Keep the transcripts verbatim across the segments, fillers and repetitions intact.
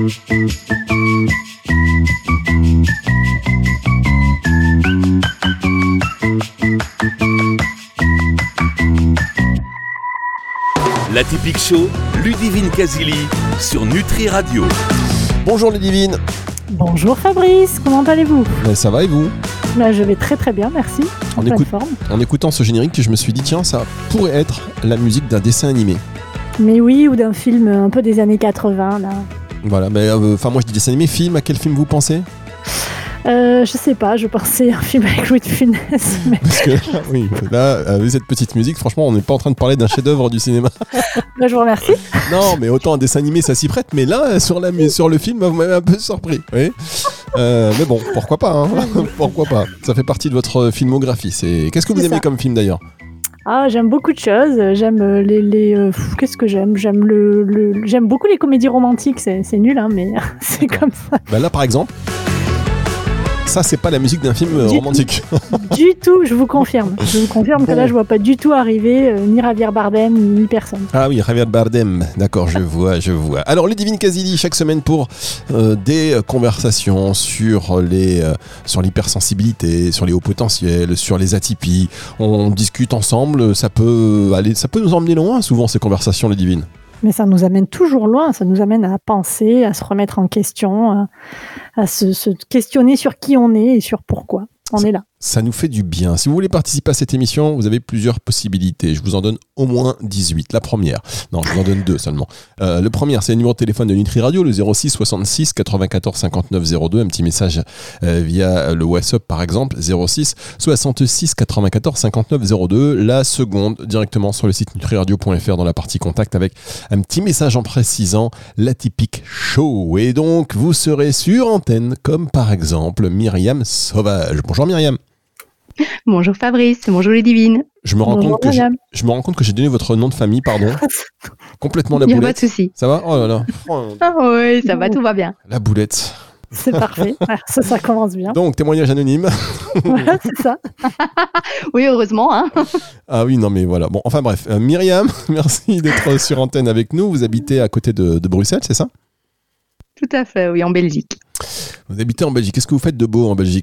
L'Atypique Show, Ludivine Kazili sur Nutri Radio. Bonjour Ludivine. Bonjour Fabrice, comment allez-vous ? Mais ça va et vous ? Là, je vais très très bien, merci. En, en, pleine écoute, forme. En écoutant ce générique, je me suis dit tiens, ça pourrait être la musique d'un dessin animé. Mais oui, ou d'un film un peu des années quatre-vingts là. Voilà, mais enfin euh, moi je dis dessin animé, film, à quel film vous pensez ? Euh, je sais pas, je pensais à un film avec Louis de Funès. Mais... Parce que oui, là, avec cette petite musique, franchement, on n'est pas en train de parler d'un chef-d'œuvre du cinéma. Bah, je vous remercie. Non, mais autant un dessin animé, ça s'y prête, mais là, sur, la, sur le film, vous m'avez un peu surpris. Oui. Euh, mais bon, pourquoi pas, hein. Pourquoi pas. Ça fait partie de votre filmographie. C'est... Qu'est-ce que vous C'est aimez ça. comme film d'ailleurs ? Ah, j'aime beaucoup de choses. J'aime les, les euh, pff, qu'est-ce que j'aime J'aime le, le, j'aime beaucoup les comédies romantiques. C'est, c'est nul, hein, mais c'est D'accord. comme ça. Bah là, par exemple. Ça, c'est pas la musique d'un film euh, Du romantique. Du tout, je vous confirme. Je vous confirme que là, je vois pas du tout arriver euh, ni Javier Bardem ni personne. Ah oui, Javier Bardem. D'accord, je vois, je vois. Alors, Ludivine Kazili, chaque semaine pour euh, des conversations sur les euh, sur l'hypersensibilité, sur les hauts potentiels, sur les atypies. On discute ensemble. Ça peut aller, ça peut nous emmener loin. Souvent, ces conversations, Ludivine. Mais ça nous amène toujours loin, ça nous amène à penser, à se remettre en question, à, à se, se questionner sur qui on est et sur pourquoi on ça, est là. Ça nous fait du bien. Si vous voulez participer à cette émission, vous avez plusieurs possibilités. Je vous en donne au moins dix-huit. La première, non, je vous en donne deux seulement. Euh, le premier, c'est le numéro de téléphone de Nutri Radio, le zéro six soixante-six quatre-vingt-quatorze cinquante-neuf zéro deux. Un petit message euh, via le WhatsApp par exemple, zéro six soixante-six quatre-vingt-quatorze cinquante-neuf zéro deux. La seconde, directement sur le site nutri radio point f r dans la partie contact avec un petit message en précisant l'Atypique Show. Et donc, vous serez sur antenne comme par exemple Myriam Sauvage. Bonjour Myriam. Bonjour Fabrice, bonjour Ludivine. Je me rends Bonjour, compte que j'ai, madame. je me rends compte que j'ai donné votre nom de famille, pardon. Complètement la Il n'y a boulette. pas de souci. Ça va ? Oh là là. Oh, Ah oui, ça va, tout va bien. la boulette. C'est parfait, Ah, ça, ça commence bien. Donc, témoignage anonyme. Voilà, c'est ça. Oui, heureusement. Hein. Ah oui, non mais voilà. Bon, enfin bref. Euh, Myriam, merci d'être sur antenne avec nous. Vous habitez à côté de, de Bruxelles, c'est ça ? Tout à fait, oui, en Belgique. Vous habitez en Belgique. Qu'est-ce que vous faites de beau en Belgique ?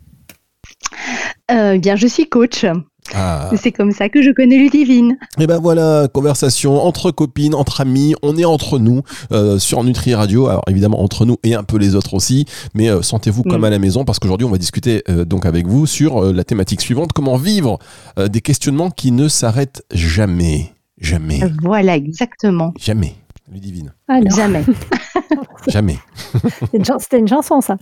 Euh, eh bien, je suis coach. Ah. C'est comme ça que je connais Ludivine. Et ben voilà, conversation entre copines, entre amis, on est entre nous euh, sur Nutri Radio. Alors évidemment entre nous et un peu les autres aussi, mais euh, sentez-vous comme Mm. à la maison parce qu'aujourd'hui on va discuter euh, donc avec vous sur euh, la thématique suivante, comment vivre euh, des questionnements qui ne s'arrêtent jamais, jamais, Voilà, exactement. jamais. Ludivine, Alors, Jamais. jamais. c'était une, chan- c'était une chanson, ça.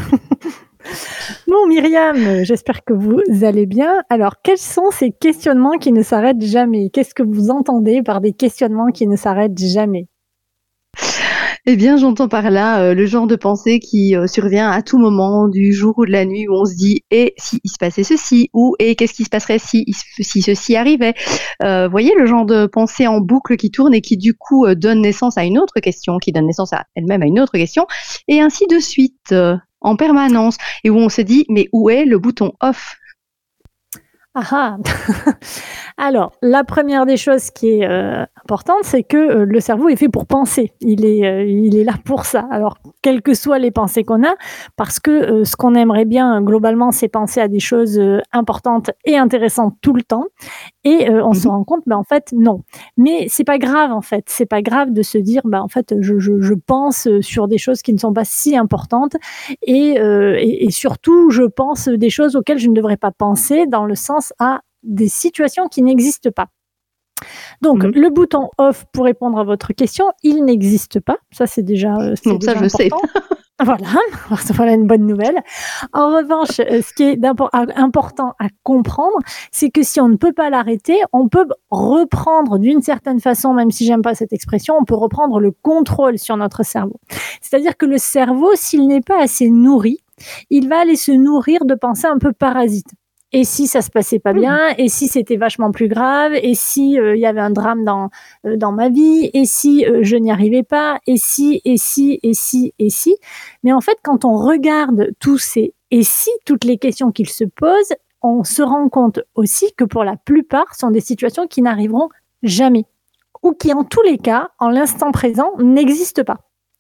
Bon, Myriam, j'espère que vous allez bien. Alors, quels sont ces questionnements qui ne s'arrêtent jamais ? Qu'est-ce que vous entendez par des questionnements qui ne s'arrêtent jamais ? Eh bien, j'entends par là euh, le genre de pensée qui euh, survient à tout moment du jour ou de la nuit où on se dit « et si il se passait ceci ?» ou « et qu'est-ce qui se passerait si, si ceci arrivait ?» euh, Vous voyez, le genre de pensée en boucle qui tourne et qui du coup euh, donne naissance à une autre question, qui donne naissance à elle-même à une autre question, et ainsi de suite, euh, en permanence, et où on se dit « mais où est le bouton off ?» Ah ah. Alors, la première des choses qui est euh, importante, c'est que euh, le cerveau est fait pour penser. Il est, euh, il est là pour ça. Alors, quelles que soient les pensées qu'on a, parce que euh, ce qu'on aimerait bien, globalement, c'est penser à des choses euh, importantes et intéressantes tout le temps. Et euh, on Mhm. se rend compte, ben en fait, non. Mais c'est pas grave, en fait. C'est pas grave de se dire, ben en fait, je, je, je pense sur des choses qui ne sont pas si importantes. Et, euh, et, et surtout, je pense des choses auxquelles je ne devrais pas penser, dans le sens à des situations qui n'existent pas. Donc, Mhm. le bouton off pour répondre à votre question, il n'existe pas. Ça, c'est déjà, euh, c'est Donc ça, déjà je sais. important. Voilà, voilà une bonne nouvelle. En revanche, euh, ce qui est d'impor- à- important à comprendre, c'est que si on ne peut pas l'arrêter, on peut reprendre d'une certaine façon, même si j'aime pas cette expression, on peut reprendre le contrôle sur notre cerveau. C'est-à-dire que le cerveau, s'il n'est pas assez nourri, il va aller se nourrir de pensées un peu parasites. Et si ça se passait pas bien, et si c'était vachement plus grave, et si il euh, y avait un drame dans euh, dans ma vie, et si euh, je n'y arrivais pas, et si, et si, et si, et si. Mais en fait, quand on regarde tous ces et si, toutes les questions qu'il se pose, on se rend compte aussi que pour la plupart, ce sont des situations qui n'arriveront jamais, ou qui en tous les cas, en l'instant présent, n'existent pas.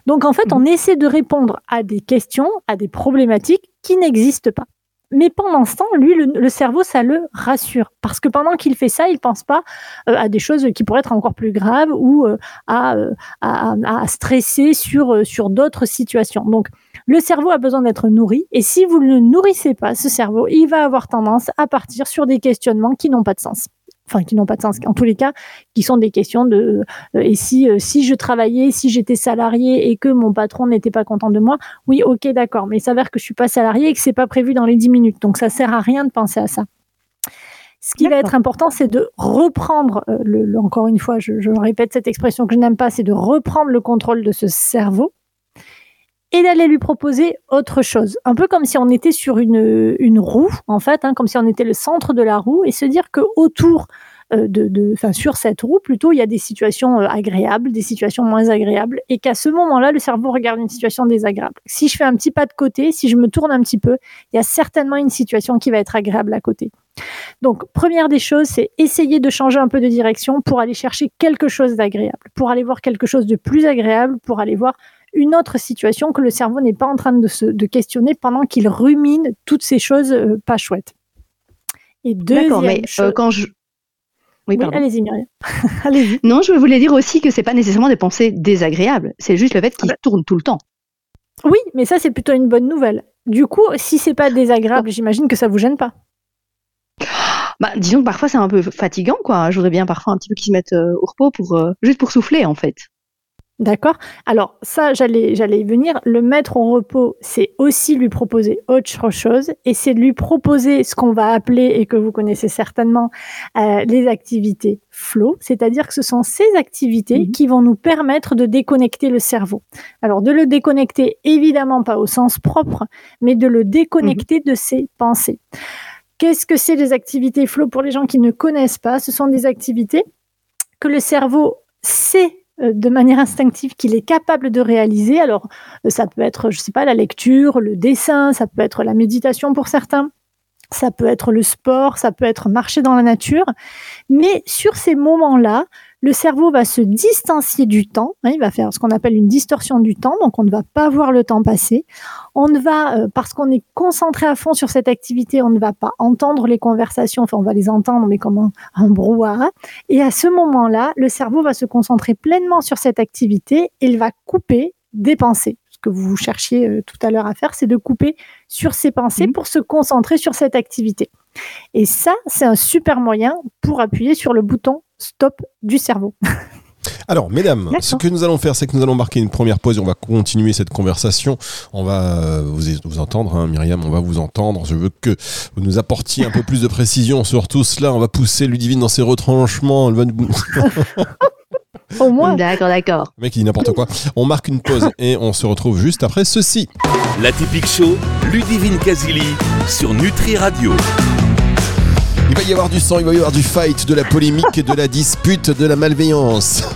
Donc en fait, on essaie de répondre à des questions, à des problématiques qui n'existent pas. Mais pendant ce temps, lui, le, le cerveau, ça le rassure. Parce que pendant qu'il fait ça, il ne pense pas euh, à des choses qui pourraient être encore plus graves ou euh, à, euh, à, à stresser sur, euh, sur d'autres situations. Donc, le cerveau a besoin d'être nourri. Et si vous ne le nourrissez pas, ce cerveau, il va avoir tendance à partir sur des questionnements qui n'ont pas de sens. Enfin, qui n'ont pas de sens. En tous les cas, qui sont des questions de euh, et si euh, si je travaillais, si j'étais salarié et que mon patron n'était pas content de moi, oui, ok, d'accord. Mais il s'avère que je suis pas salarié et que c'est pas prévu dans les dix minutes. Donc, ça sert à rien de penser à ça. Ce qui D'accord. va être important, c'est de reprendre, euh, le, le, encore une fois, je, je répète cette expression que je n'aime pas, c'est de reprendre le contrôle de ce cerveau et d'aller lui proposer autre chose. Un peu comme si on était sur une, une roue, en fait, hein, comme si on était le centre de la roue, et se dire qu'autour, euh, de, de, enfin, sur cette roue, plutôt, il y a des situations euh, agréables, des situations moins agréables, et qu'à ce moment-là, le cerveau regarde une situation désagréable. Si je fais un petit pas de côté, si je me tourne un petit peu, il y a certainement une situation qui va être agréable à côté. Donc, première des choses, c'est essayer de changer un peu de direction pour aller chercher quelque chose d'agréable, pour aller voir quelque chose de plus agréable, pour aller voir une autre situation que le cerveau n'est pas en train de se de questionner pendant qu'il rumine toutes ces choses euh, pas chouettes. Et deuxième D'accord, mais chose... euh, quand je... Oui, oui allez-y, Myriam. allez-y. Non, je voulais dire aussi que c'est pas nécessairement des pensées désagréables, c'est juste le fait qu'ils ah ben... tournent tout le temps. Oui, mais ça, c'est plutôt une bonne nouvelle. Du coup, si c'est pas désagréable, oh. j'imagine que ça vous gêne pas. Bah, disons que parfois, c'est un peu fatigant, quoi. Je voudrais bien parfois un petit peu qu'ils se mettent euh, au repos, pour, euh, juste pour souffler, en fait. D'accord. Alors ça, j'allais, j'allais y venir. Le mettre au repos, c'est aussi lui proposer autre chose, et c'est de lui proposer ce qu'on va appeler, et que vous connaissez certainement, euh, les activités flow, c'est-à-dire que ce sont ces activités mmh. qui vont nous permettre de déconnecter le cerveau. Alors de le déconnecter, évidemment pas au sens propre, mais de le déconnecter mmh. de ses pensées. Qu'est-ce que c'est les activités flow pour les gens qui ne connaissent pas ? Ce sont des activités que le cerveau sait de manière instinctive qu'il est capable de réaliser. Alors, ça peut être, je sais pas, la lecture, le dessin, ça peut être la méditation pour certains, ça peut être le sport, ça peut être marcher dans la nature. Mais sur ces moments-là, le cerveau va se distancier du temps, hein, il va faire ce qu'on appelle une distorsion du temps, donc on ne va pas voir le temps passer. On ne va, euh, parce qu'on est concentré à fond sur cette activité, on ne va pas entendre les conversations, enfin on va les entendre, mais comme un, un brouhaha. Et à ce moment-là, le cerveau va se concentrer pleinement sur cette activité et il va couper des pensées. Ce que vous cherchiez euh, tout à l'heure à faire, c'est de couper sur ses pensées mmh. pour se concentrer sur cette activité. Et ça, c'est un super moyen pour appuyer sur le bouton stop du cerveau. Alors, mesdames, D'accord. ce que nous allons faire, c'est que nous allons marquer une première pause et on va continuer cette conversation. On va vous, vous entendre, hein, Myriam, on va vous entendre. Je veux que vous nous apportiez un peu plus de précision sur tout cela. On va pousser Ludivine dans ses retranchements. Elle va nous... Au moins. D'accord, d'accord. Le mec, il dit n'importe quoi. On marque une pause et on se retrouve juste après ceci. L'Atypique Show, Ludivine Kazili sur Nutri Radio. Il va y avoir du sang, il va y avoir du fight, de la polémique, de la dispute, de la malveillance.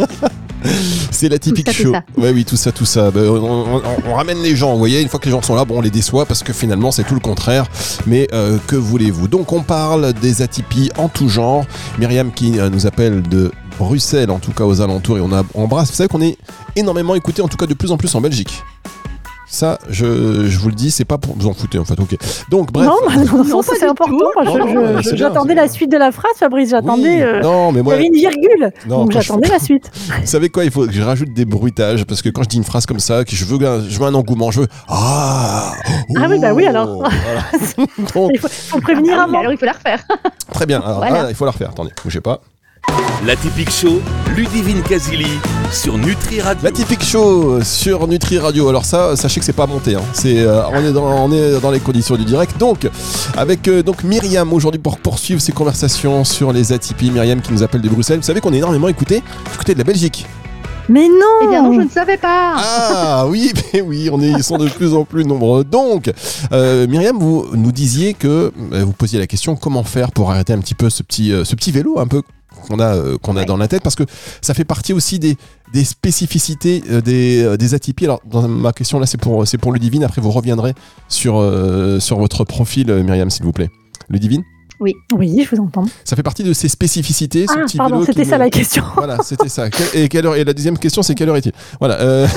C'est l'Atypique Show. Ouais, oui, tout ça, tout ça. Ben, on, on, on ramène les gens, vous voyez. Une fois que les gens sont là, bon, on les déçoit parce que finalement, c'est tout le contraire. Mais euh, que voulez-vous ? Donc, on parle des atypies en tout genre. Myriam qui euh, nous appelle de Bruxelles, en tout cas aux alentours, et on a, embrasse. Vous savez qu'on est énormément écouté, en tout cas de plus en plus en Belgique. Ça, je, je vous le dis, c'est pas pour vous en fouter en fait. Ok. Donc bref. Non, bah, non, non ça, c'est important. Moi, non, je, non, je, j'attendais bien, la suite de la phrase, Fabrice. J'attendais. Oui, euh, non, mais moi, il y avait une virgule. Non, donc j'attendais je... la suite. Vous savez quoi ? Il faut que je rajoute des bruitages parce que quand je dis une phrase comme ça, que je veux, je veux un engouement, je veux ah. Oh, ah oui, bah oui alors. Voilà. Donc, il faut, faut prévenir avant. Alors il faut la refaire. Très bien. Alors voilà. ah, il faut la refaire. Attendez, bougez pas. L'Atypique Show, Ludivine Kazili sur Nutri Radio. L'Atypique Show sur Nutri Radio. Alors ça, sachez que c'est pas monté. Hein. C'est, euh, on est dans, on est dans les conditions du direct. Donc, avec euh, donc Myriam aujourd'hui pour poursuivre ces conversations sur les atypies. Myriam qui nous appelle de Bruxelles. Vous savez qu'on est énormément écouté du côté de la Belgique. Mais non! Eh bien non, je ne savais pas! Ah oui, mais oui, on est, ils sont de plus en plus nombreux. Donc, euh, Myriam, vous nous disiez que, euh, vous posiez la question, comment faire pour arrêter un petit peu ce petit, euh, ce petit vélo un peu qu'on a, euh, qu'on a ouais. dans la tête, parce que ça fait partie aussi des, des spécificités euh, des, euh, des atypies. Alors, dans ma question là, c'est pour, c'est pour Ludivine. Après, vous reviendrez sur, euh, sur votre profil, Myriam, s'il vous plaît. Ludivine? Oui. Oui, je vous entends. Ça fait partie de ses spécificités, ce Ah, petit pardon, vélo. c'était qui ça ne- la question. Voilà, c'était ça. Quelle- Et, quelle heure... et la deuxième question, c'est quelle heure est-il? Voilà. euh,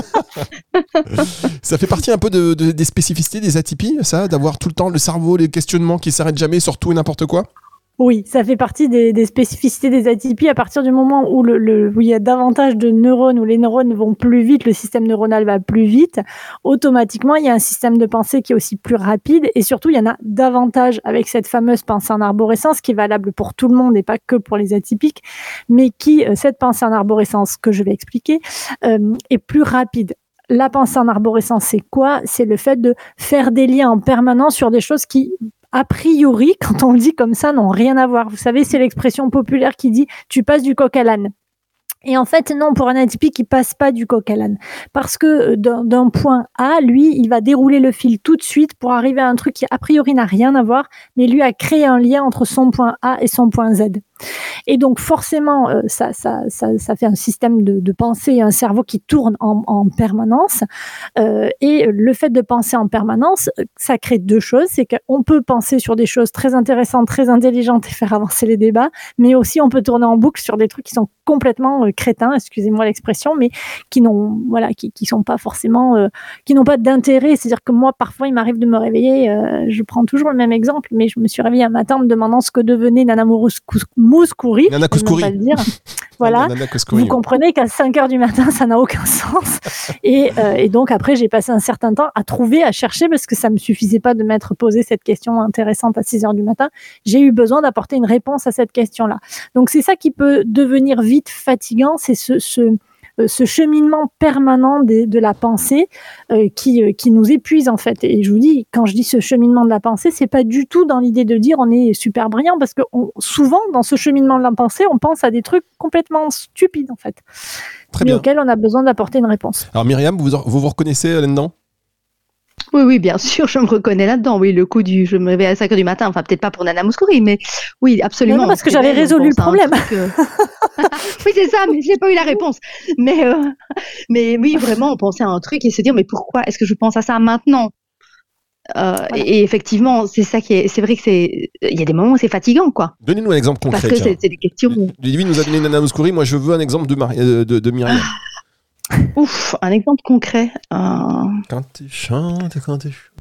Ça fait partie un peu de, de- des spécificités des atypies, ça, d'avoir tout le temps le cerveau, les questionnements qui s'arrêtent jamais sur tout et n'importe quoi. Oui, ça fait partie des, des spécificités des atypies. À partir du moment où, le, le, où il y a davantage de neurones, où les neurones vont plus vite, le système neuronal va plus vite, automatiquement, il y a un système de pensée qui est aussi plus rapide. Et surtout, il y en a davantage avec cette fameuse pensée en arborescence qui est valable pour tout le monde et pas que pour les atypiques, mais qui, euh, cette pensée en arborescence que je vais expliquer, euh, est plus rapide. La pensée en arborescence, c'est quoi? C'est le fait de faire des liens en permanence sur des choses qui, a priori, quand on le dit comme ça, n'ont rien à voir. Vous savez, c'est l'expression populaire qui dit « tu passes du coq à l'âne ». Et en fait, non, pour un atypique, il passe pas du coq à l'âne. Parce que d'un, d'un point A, lui, il va dérouler le fil tout de suite pour arriver à un truc qui, a priori, n'a rien à voir, mais lui a créé un lien entre son point A et son point Z. Et donc, forcément, euh, ça, ça, ça, ça fait un système de, de pensée et un cerveau qui tourne en, en permanence. Euh, et le fait de penser en permanence, ça crée deux choses. C'est qu'on peut penser sur des choses très intéressantes, très intelligentes et faire avancer les débats, mais aussi on peut tourner en boucle sur des trucs qui sont complètement euh, crétins, excusez-moi l'expression, mais qui n'ont, voilà, qui, qui sont pas forcément, euh, qui n'ont pas d'intérêt. C'est-à-dire que moi, parfois, il m'arrive de me réveiller, euh, je prends toujours le même exemple, mais je me suis réveillée un matin en me demandant ce que devenait Nana Mouskouri. Mouskouri, Nana Kouskouri. je vais même pas le dire. Voilà. Nana Kouskouri, Vous ouais. comprenez qu'à cinq heures du matin, ça n'a aucun sens. Et, euh, et donc, après, j'ai passé un certain temps à trouver, à chercher, parce que ça me suffisait pas de m'être posé cette question intéressante à six heures du matin. J'ai eu besoin d'apporter une réponse à cette question-là. Donc, c'est ça qui peut devenir vite fatigant, c'est ce, ce, ce cheminement permanent de, de la pensée euh, qui, euh, qui nous épuise, en fait. Et je vous dis, quand je dis ce cheminement de la pensée, c'est pas du tout dans l'idée de dire on est super brillant, parce que on, souvent, dans ce cheminement de la pensée, on pense à des trucs complètement stupides, en fait. Très mais bien. auxquels on a besoin d'apporter une réponse. Alors, Myriam, vous vous, vous reconnaissez là-dedans? Oui, oui, bien sûr, je me reconnais là-dedans. Oui, le coup du je me réveille à cinq heures du matin, enfin peut-être pas pour Nana Mouskouri, mais oui, absolument. Non, non, parce on que se j'avais réveille, on résolu le pense à un problème. truc, euh, Oui, c'est ça, mais j'ai pas eu la réponse. Mais, euh, mais oui, vraiment, on pensait à un truc et se dire, mais pourquoi est-ce que je pense à ça maintenant? Euh, Voilà. et, et effectivement, c'est ça qui est. C'est vrai que c'est. Il y a des moments où c'est fatigant, quoi. Donnez-nous un exemple Parce concret. que tiens. c'est, c'est des questions. où- Ludivine nous a donné Nana Mouskouri. Moi, je veux un exemple de, Mari- euh, de, de Myriam. Ouf, un exemple concret. Euh, Quand tu chantes, quand tu chantes.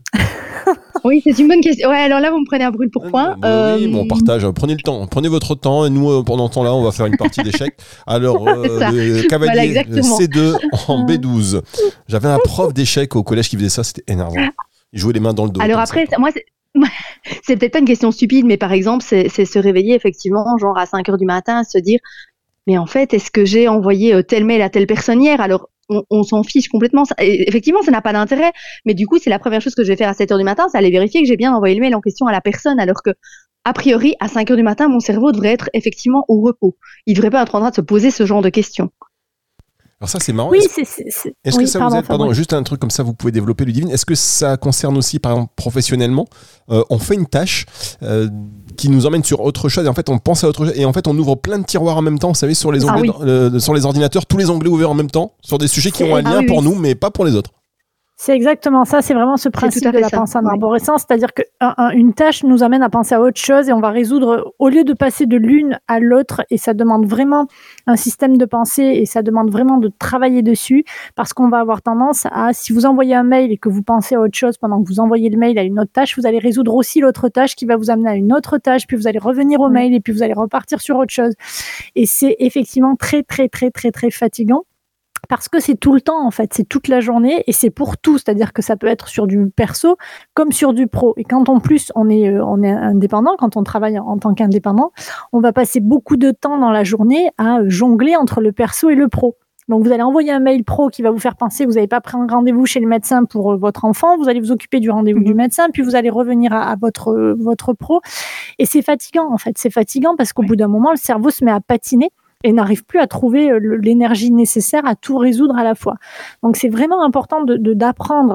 Oui, c'est une bonne question. Ouais, alors là, vous me prenez un brûle pour point. Bah oui, Euh, bon, on partage. Prenez le temps. Prenez votre temps. Et nous, euh, pendant ce temps-là, on va faire une partie d'échecs. Alors, euh, C'est ça. le Voilà, cavalier exactement. C deux en B douze. J'avais un prof d'échecs au collège qui faisait ça. C'était énervant. Il jouait les mains dans le dos. Alors comme après, ça. ça- moi, c'est... c'est peut-être pas une question stupide, mais par exemple, c'est, c'est se réveiller effectivement, genre à cinq heures du matin, se dire, mais en fait, est-ce que j'ai envoyé euh, tel mail à telle personne hier? Alors, on, on s'en fiche complètement. Ça- et effectivement, ça n'a pas d'intérêt, mais du coup, c'est la première chose que je vais faire à sept heures du matin, c'est aller vérifier que j'ai bien envoyé le mail en question à la personne, alors que, a priori, à cinq heures du matin, mon cerveau devrait être effectivement au repos. Il devrait pas être en train de se poser ce genre de questions. Alors ça, c'est marrant. Oui, Est-ce, c'est. c'est, c'est... est-ce oui, que ça pardon, vous aide, pardon, Fabrice. juste un truc comme ça, vous pouvez développer, Ludivine. Est-ce que ça concerne aussi, par exemple, professionnellement, euh, on fait une tâche euh, qui nous emmène sur autre chose, et en fait, on pense à autre chose, et en fait, on ouvre plein de tiroirs en même temps, vous savez, sur les Ah onglets, oui. dans- euh, sur les ordinateurs, tous les onglets ouverts en même temps, sur des sujets qui C'est- ont un ah lien oui, pour oui. nous, mais pas pour les autres. C'est exactement ça, c'est vraiment ce principe tout à de fait la ça, pensée en ouais. arborescence, c'est-à-dire qu'une tâche nous amène à penser à autre chose et on va résoudre, au lieu de passer de l'une à l'autre, et ça demande vraiment un système de pensée et ça demande vraiment de travailler dessus, parce qu'on va avoir tendance à, si vous envoyez un mail et que vous pensez à autre chose pendant que vous envoyez le mail à une autre tâche, vous allez résoudre aussi l'autre tâche qui va vous amener à une autre tâche, puis vous allez revenir au Ouais. mail et puis vous allez repartir sur autre chose. Et c'est effectivement très, très, très, très, très fatigant. Parce que c'est tout le temps, en fait, c'est toute la journée et c'est pour tout, c'est-à-dire que ça peut être sur du perso comme sur du pro. Et quand en plus on est, euh, on est indépendant, quand on travaille en tant qu'indépendant, on va passer beaucoup de temps dans la journée à jongler entre le perso et le pro. Donc vous allez envoyer un mail pro qui va vous faire penser que vous n'avez pas pris un rendez-vous chez le médecin pour euh, votre enfant, vous allez vous occuper du rendez-vous Mhm. du médecin, puis vous allez revenir à, à votre, euh, votre pro. Et c'est fatigant, en fait, c'est fatigant parce qu'au bout d'un moment, le cerveau se met à patiner et n'arrive plus à trouver euh, le- l'énergie nécessaire à tout résoudre à la fois. Donc c'est vraiment important de, de- d'apprendre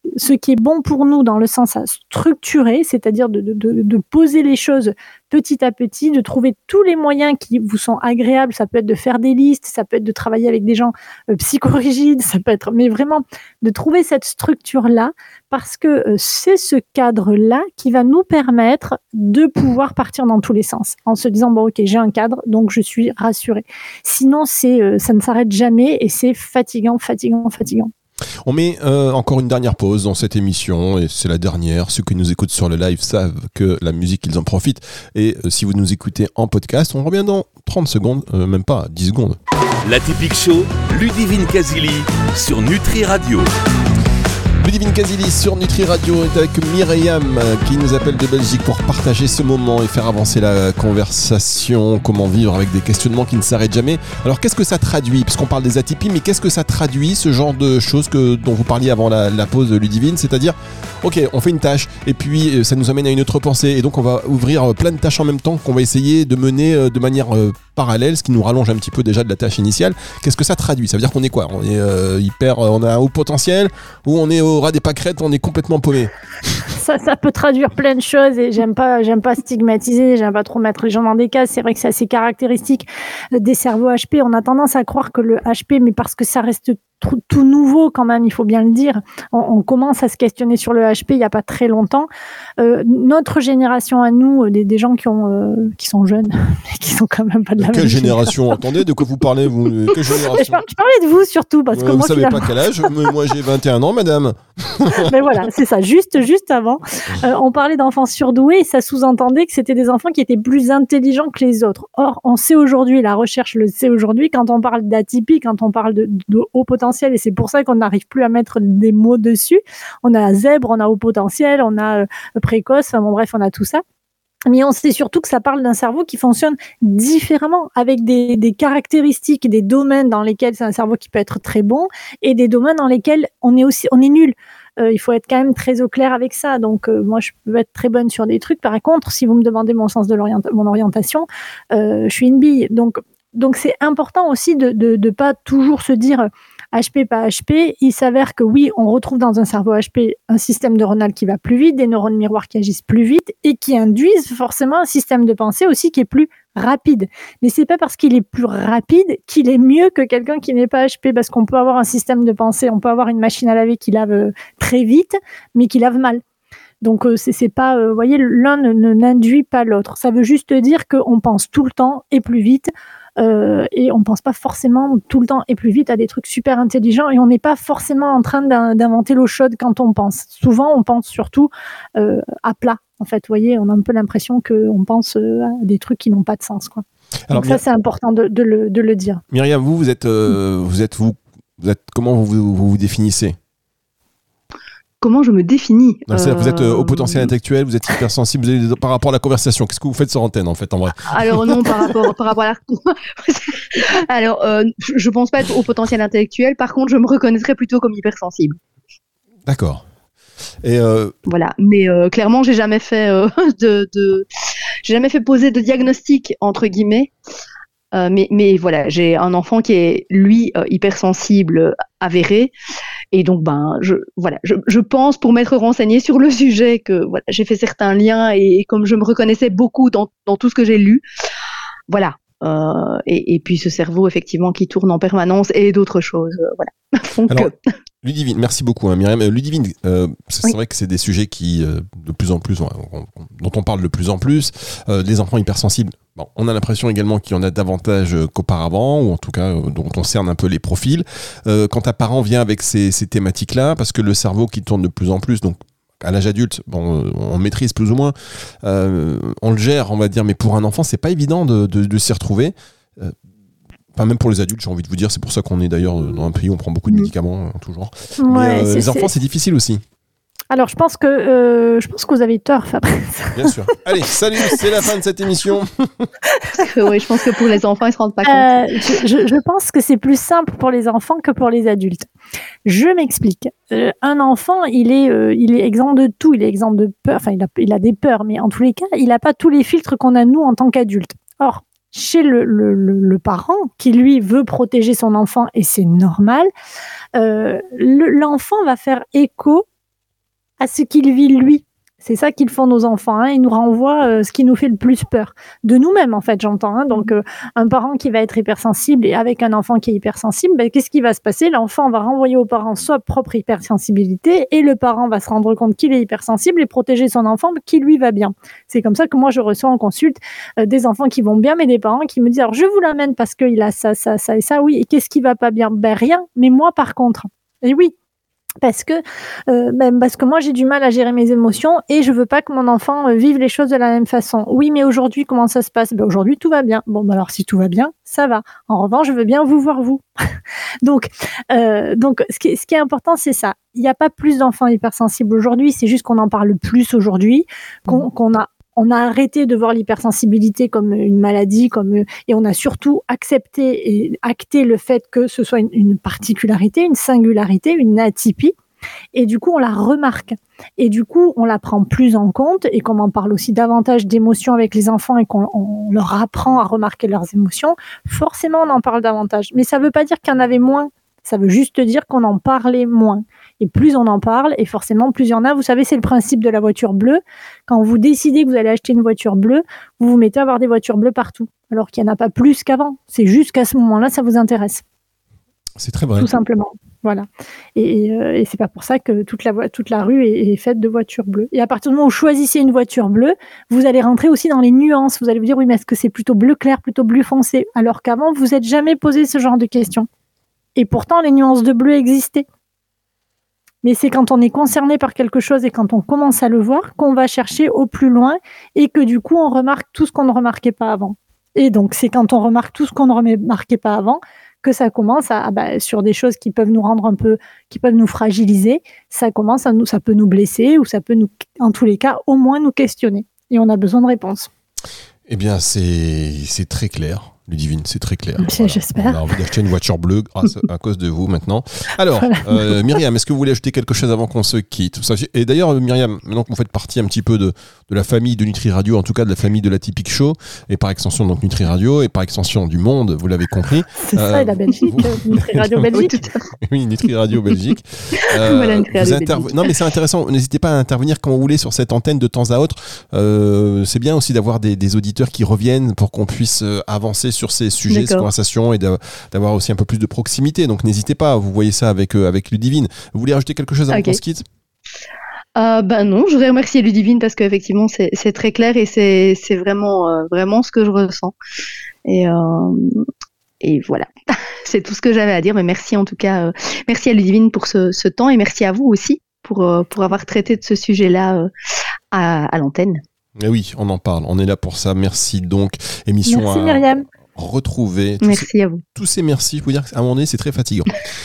ce qui est bon pour nous dans le sens à structurer, c'est-à-dire de, de, de poser les choses petit à petit, de trouver tous les moyens qui vous sont agréables. Ça peut être de faire des listes, ça peut être de travailler avec des gens euh, psychorigides, ça peut être, mais vraiment de trouver cette structure-là, parce que euh, c'est ce cadre-là qui va nous permettre de pouvoir partir dans tous les sens, en se disant bon ok, j'ai un cadre, donc je suis rassurée. Sinon, c'est euh, ça ne s'arrête jamais et c'est fatigant, fatigant, fatigant. On met euh, encore une dernière pause dans cette émission, et c'est la dernière. Ceux qui nous écoutent sur le live savent que la musique, ils en profitent. Et euh, si vous nous écoutez en podcast, on revient dans trente secondes, euh, même pas dix secondes. L'Atypique Show, Ludivine Kazili sur Nutri Radio. Ludivine Kazili sur Nutri Radio est avec Myriam qui nous appelle de Belgique pour partager ce moment et faire avancer la conversation. Comment vivre avec des questionnements qui ne s'arrêtent jamais. Alors qu'est-ce que ça traduit ? Puisqu'on parle des atypies, mais qu'est-ce que ça traduit, ce genre de choses que, dont vous parliez avant la, la pause, Ludivine ? C'est-à-dire, ok, on fait une tâche et puis ça nous amène à une autre pensée et donc on va ouvrir plein de tâches en même temps qu'on va essayer de mener de manière parallèle, ce qui nous rallonge un petit peu déjà de la tâche initiale. Qu'est-ce que ça traduit ? Ça veut dire qu'on est quoi ? On est euh, hyper, on a un haut potentiel ou on est au ras des pâquerettes, on est complètement paumé. Ça, ça peut traduire plein de choses et j'aime pas, j'aime pas stigmatiser, j'aime pas trop mettre les gens dans des cases. C'est vrai que c'est assez caractéristique des cerveaux H P. On a tendance à croire que le H P, mais parce que ça reste tout, tout nouveau quand même, il faut bien le dire. On, on commence à se questionner sur le H P il y a pas très longtemps. Euh, notre génération à nous, des, des gens qui ont, euh, qui sont jeunes, mais qui sont quand même pas de la Quelle même génération, génération. Attendez, de quoi vous parlez vous Quelle génération? je, par, je parlais de vous surtout parce que euh, moi, vous savez finalement... pas quel âge. Moi j'ai vingt et un ans, madame. Mais voilà, c'est ça. Juste, juste avant, euh, on parlait d'enfants surdoués et ça sous-entendait que c'était des enfants qui étaient plus intelligents que les autres. Or, on sait aujourd'hui, la recherche le sait aujourd'hui, quand on parle d'atypie, quand on parle de, de haut potentiel, et c'est pour ça qu'on n'arrive plus à mettre des mots dessus. On a zèbre, on a haut potentiel, on a euh, précoce, enfin bon bref, on a tout ça. Mais on sait surtout que ça parle d'un cerveau qui fonctionne différemment, avec des, des caractéristiques, des domaines dans lesquels c'est un cerveau qui peut être très bon, et des domaines dans lesquels on est aussi, on est nul. Euh, il faut être quand même très au clair avec ça. Donc euh, moi, je peux être très bonne sur des trucs. Par contre, si vous me demandez mon sens de l'orientation, mon orientation, euh, je suis une bille. Donc donc c'est important aussi de de de pas toujours se dire H P, pas H P. Il s'avère que oui, on retrouve dans un cerveau H P un système neuronal qui va plus vite, des neurones miroirs qui agissent plus vite et qui induisent forcément un système de pensée aussi qui est plus rapide. Mais c'est pas parce qu'il est plus rapide qu'il est mieux que quelqu'un qui n'est pas H P, parce qu'on peut avoir un système de pensée, on peut avoir une machine à laver qui lave très vite, mais qui lave mal. Donc euh, c'est, c'est pas, vous euh, voyez, l'un ne, ne n'induit pas l'autre. Ça veut juste dire qu'on pense tout le temps et plus vite. Euh, et on pense pas forcément tout le temps et plus vite à des trucs super intelligents, et on n'est pas forcément en train d'inventer l'eau chaude quand on pense. Souvent, on pense surtout euh, à plat. En fait, vous voyez, on a un peu l'impression qu'on pense euh, à des trucs qui n'ont pas de sens, quoi. Alors, donc ça, c'est important de, de, le, de le dire. Myriam, vous, vous êtes, euh, vous êtes, vous, vous êtes, comment vous vous, vous, vous définissez ? Comment je me définis ? Non, euh... Vous êtes euh, au potentiel intellectuel, vous êtes hypersensible, vous êtes, par rapport à la conversation. Qu'est-ce que vous faites sur antenne, en fait, en vrai ? Alors non, par rapport, par rapport à la... Alors, euh, je ne pense pas être au potentiel intellectuel. Par contre, je me reconnaîtrais plutôt comme hypersensible. D'accord. Et euh... Voilà. Mais euh, clairement, j'ai jamais fait euh, de, de... j'ai jamais fait poser de diagnostic, entre guillemets. Euh, mais, mais voilà, j'ai un enfant qui est, lui, euh, hypersensible avéré. Et donc, ben, je, voilà, je, je pense, pour m'être renseignée sur le sujet, que voilà, j'ai fait certains liens, et, et comme je me reconnaissais beaucoup dans, dans tout ce que j'ai lu, voilà. Euh, et, et puis ce cerveau, effectivement, qui tourne en permanence, et d'autres choses. Euh, voilà. Donc, Alors, euh... Ludivine, merci beaucoup, hein, Myriam. Euh, Ludivine, euh, c'est, oui. c'est vrai que c'est des sujets qui, euh, de plus en plus, on, on, dont on parle de plus en plus. Euh, les enfants hypersensibles, bon, on a l'impression également qu'il y en a davantage qu'auparavant, ou en tout cas, euh, dont on cerne un peu les profils. Euh, quand un parent vient avec ces, ces thématiques-là, parce que le cerveau qui tourne de plus en plus, donc à l'âge adulte, bon, on maîtrise plus ou moins, euh, on le gère, on va dire, mais pour un enfant, c'est pas évident de, de, de s'y retrouver. Euh, Enfin, même pour les adultes, j'ai envie de vous dire, c'est pour ça qu'on est d'ailleurs dans un pays où on prend beaucoup de médicaments, tout genre. Ouais, mais euh, c'est, les enfants, c'est... c'est difficile aussi. Alors, je pense que, euh, je pense que vous avez tort, Fabrice. Bien sûr. Allez, salut, c'est la fin de cette émission. Oui, je pense que pour les enfants, ils ne se rendent pas euh, compte. Je, je, je pense que c'est plus simple pour les enfants que pour les adultes. Je m'explique. Euh, un enfant, il est, euh, il est exempt de tout. Il est exempt de peur. Enfin, il a, il a des peurs, mais en tous les cas, il n'a pas tous les filtres qu'on a nous en tant qu'adultes. Or, chez le, le, le, le parent qui, lui, veut protéger son enfant, et c'est normal, euh, le, l'enfant va faire écho à ce qu'il vit lui. C'est ça qu'ils font nos enfants. Hein. Ils nous renvoient euh, ce qui nous fait le plus peur. De nous-mêmes, en fait, j'entends. Hein. Donc, euh, un parent qui va être hypersensible et avec un enfant qui est hypersensible, ben, qu'est-ce qui va se passer? L'enfant va renvoyer aux parents sa propre hypersensibilité et le parent va se rendre compte qu'il est hypersensible et protéger son enfant qui, lui, va bien. C'est comme ça que moi, je reçois en consulte euh, des enfants qui vont bien, mais des parents qui me disent, alors, je vous l'amène parce qu'il a ça, ça, ça et ça. Oui, et qu'est-ce qui va pas bien? Ben, rien. Mais moi, par contre. Et oui. Parce que, euh, ben parce que moi, j'ai du mal à gérer mes émotions et je veux pas que mon enfant euh, vive les choses de la même façon. Oui, mais aujourd'hui, comment ça se passe? Ben aujourd'hui, tout va bien. Bon, ben alors si tout va bien, ça va. En revanche, je veux bien vous voir vous. donc, euh, donc, ce qui est, ce qui est important, c'est ça. Il n'y a pas plus d'enfants hypersensibles aujourd'hui. C'est juste qu'on en parle plus aujourd'hui, qu'on, qu'on a On a arrêté de voir l'hypersensibilité comme une maladie, comme et on a surtout accepté et acté le fait que ce soit une, une particularité, une singularité, une atypie. Et du coup, on la remarque. Et du coup, on la prend plus en compte et comme on parle aussi davantage d'émotions avec les enfants et qu'on on leur apprend à remarquer leurs émotions, forcément, on en parle davantage. Mais ça ne veut pas dire qu'il y en avait moins. Ça veut juste dire qu'on en parlait moins. Et plus on en parle, et forcément plus il y en a. Vous savez, c'est le principe de la voiture bleue. Quand vous décidez que vous allez acheter une voiture bleue, vous vous mettez à avoir des voitures bleues partout. Alors qu'il n'y en a pas plus qu'avant. C'est juste qu'à ce moment-là, ça vous intéresse. C'est très vrai. Tout simplement. Voilà. Et, et, euh, et c'est pas pour ça que toute la, toute la rue est, est faite de voitures bleues. Et à partir du moment où vous choisissez une voiture bleue, vous allez rentrer aussi dans les nuances. Vous allez vous dire, oui, mais est-ce que c'est plutôt bleu clair, plutôt bleu foncé? Alors qu'avant, vous n'êtes jamais posé ce genre de questions. Et pourtant, les nuances de bleu existaient. Mais c'est quand on est concerné par quelque chose et quand on commence à le voir qu'on va chercher au plus loin et que du coup, on remarque tout ce qu'on ne remarquait pas avant. Et donc, c'est quand on remarque tout ce qu'on ne remarquait pas avant que ça commence à, bah, sur des choses qui peuvent nous rendre un peu, qui peuvent nous fragiliser, ça commence à nous, ça peut nous blesser ou ça peut nous, en tous les cas, au moins nous questionner. Et on a besoin de réponses. Eh bien, c'est, c'est très clair. Ludivine, c'est très clair. Voilà. J'espère. On a envie d'acheter une voiture bleue grâce à cause de vous maintenant. Alors, voilà. euh, Myriam, est-ce que vous voulez ajouter quelque chose avant qu'on se quitte? Et d'ailleurs, Myriam, maintenant que vous faites partie un petit peu de, de la famille de Nutri Radio, en tout cas de la famille de l'Atypique Show, et par extension donc Nutri Radio, et par extension du monde, vous l'avez compris. C'est euh, ça, et la Belgique, vous... Nutri Radio Belgique. Oui, Nutri Radio Belgique. Euh, voilà, Nutri Radio interv... Belgique. Non, mais c'est intéressant. N'hésitez pas à intervenir quand vous voulez sur cette antenne de temps à autre. Euh, c'est bien aussi d'avoir des, des auditeurs qui reviennent pour qu'on puisse avancer sur ces sujets. D'accord. Conversation et d'avoir aussi un peu plus de proximité. Donc n'hésitez pas, vous voyez ça avec, euh, avec Ludivine. Vous voulez rajouter quelque chose avant okay. qu'on se quitte? Euh, ben non, je voudrais remercier Ludivine parce qu'effectivement c'est, c'est très clair et c'est, c'est vraiment, euh, vraiment ce que je ressens. Et, euh, et voilà, c'est tout ce que j'avais à dire. Mais merci en tout cas, euh, merci à Ludivine pour ce, ce temps et merci à vous aussi pour, euh, pour avoir traité de ce sujet-là euh, à, à l'antenne. Et oui, on en parle, on est là pour ça. Merci donc. Émission merci à... Myriam. retrouver tous merci ces, à vous. Tous ces merci. Je peux vous dire qu'à un moment donné, c'est très fatigant.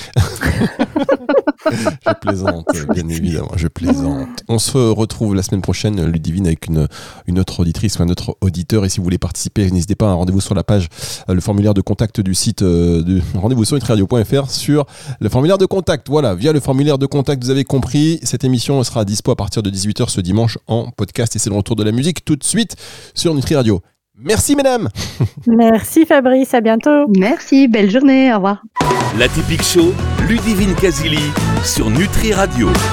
Je plaisante, bien évidemment. Je plaisante. On se retrouve la semaine prochaine, Ludivine, avec une, une autre auditrice ou un autre auditeur. Et si vous voulez participer, n'hésitez pas à un rendez-vous sur la page, le formulaire de contact du site euh, de rendez-vous sur nutriradio point f r sur le formulaire de contact. Voilà, via le formulaire de contact, vous avez compris. Cette émission sera dispo à partir de dix-huit heures ce dimanche en podcast. Et c'est le retour de la musique tout de suite sur Nutri Radio. Merci mesdames. Merci Fabrice, à bientôt. Merci, belle journée, au revoir. L'Atypique Show, Ludivine Kazili sur Nutri Radio.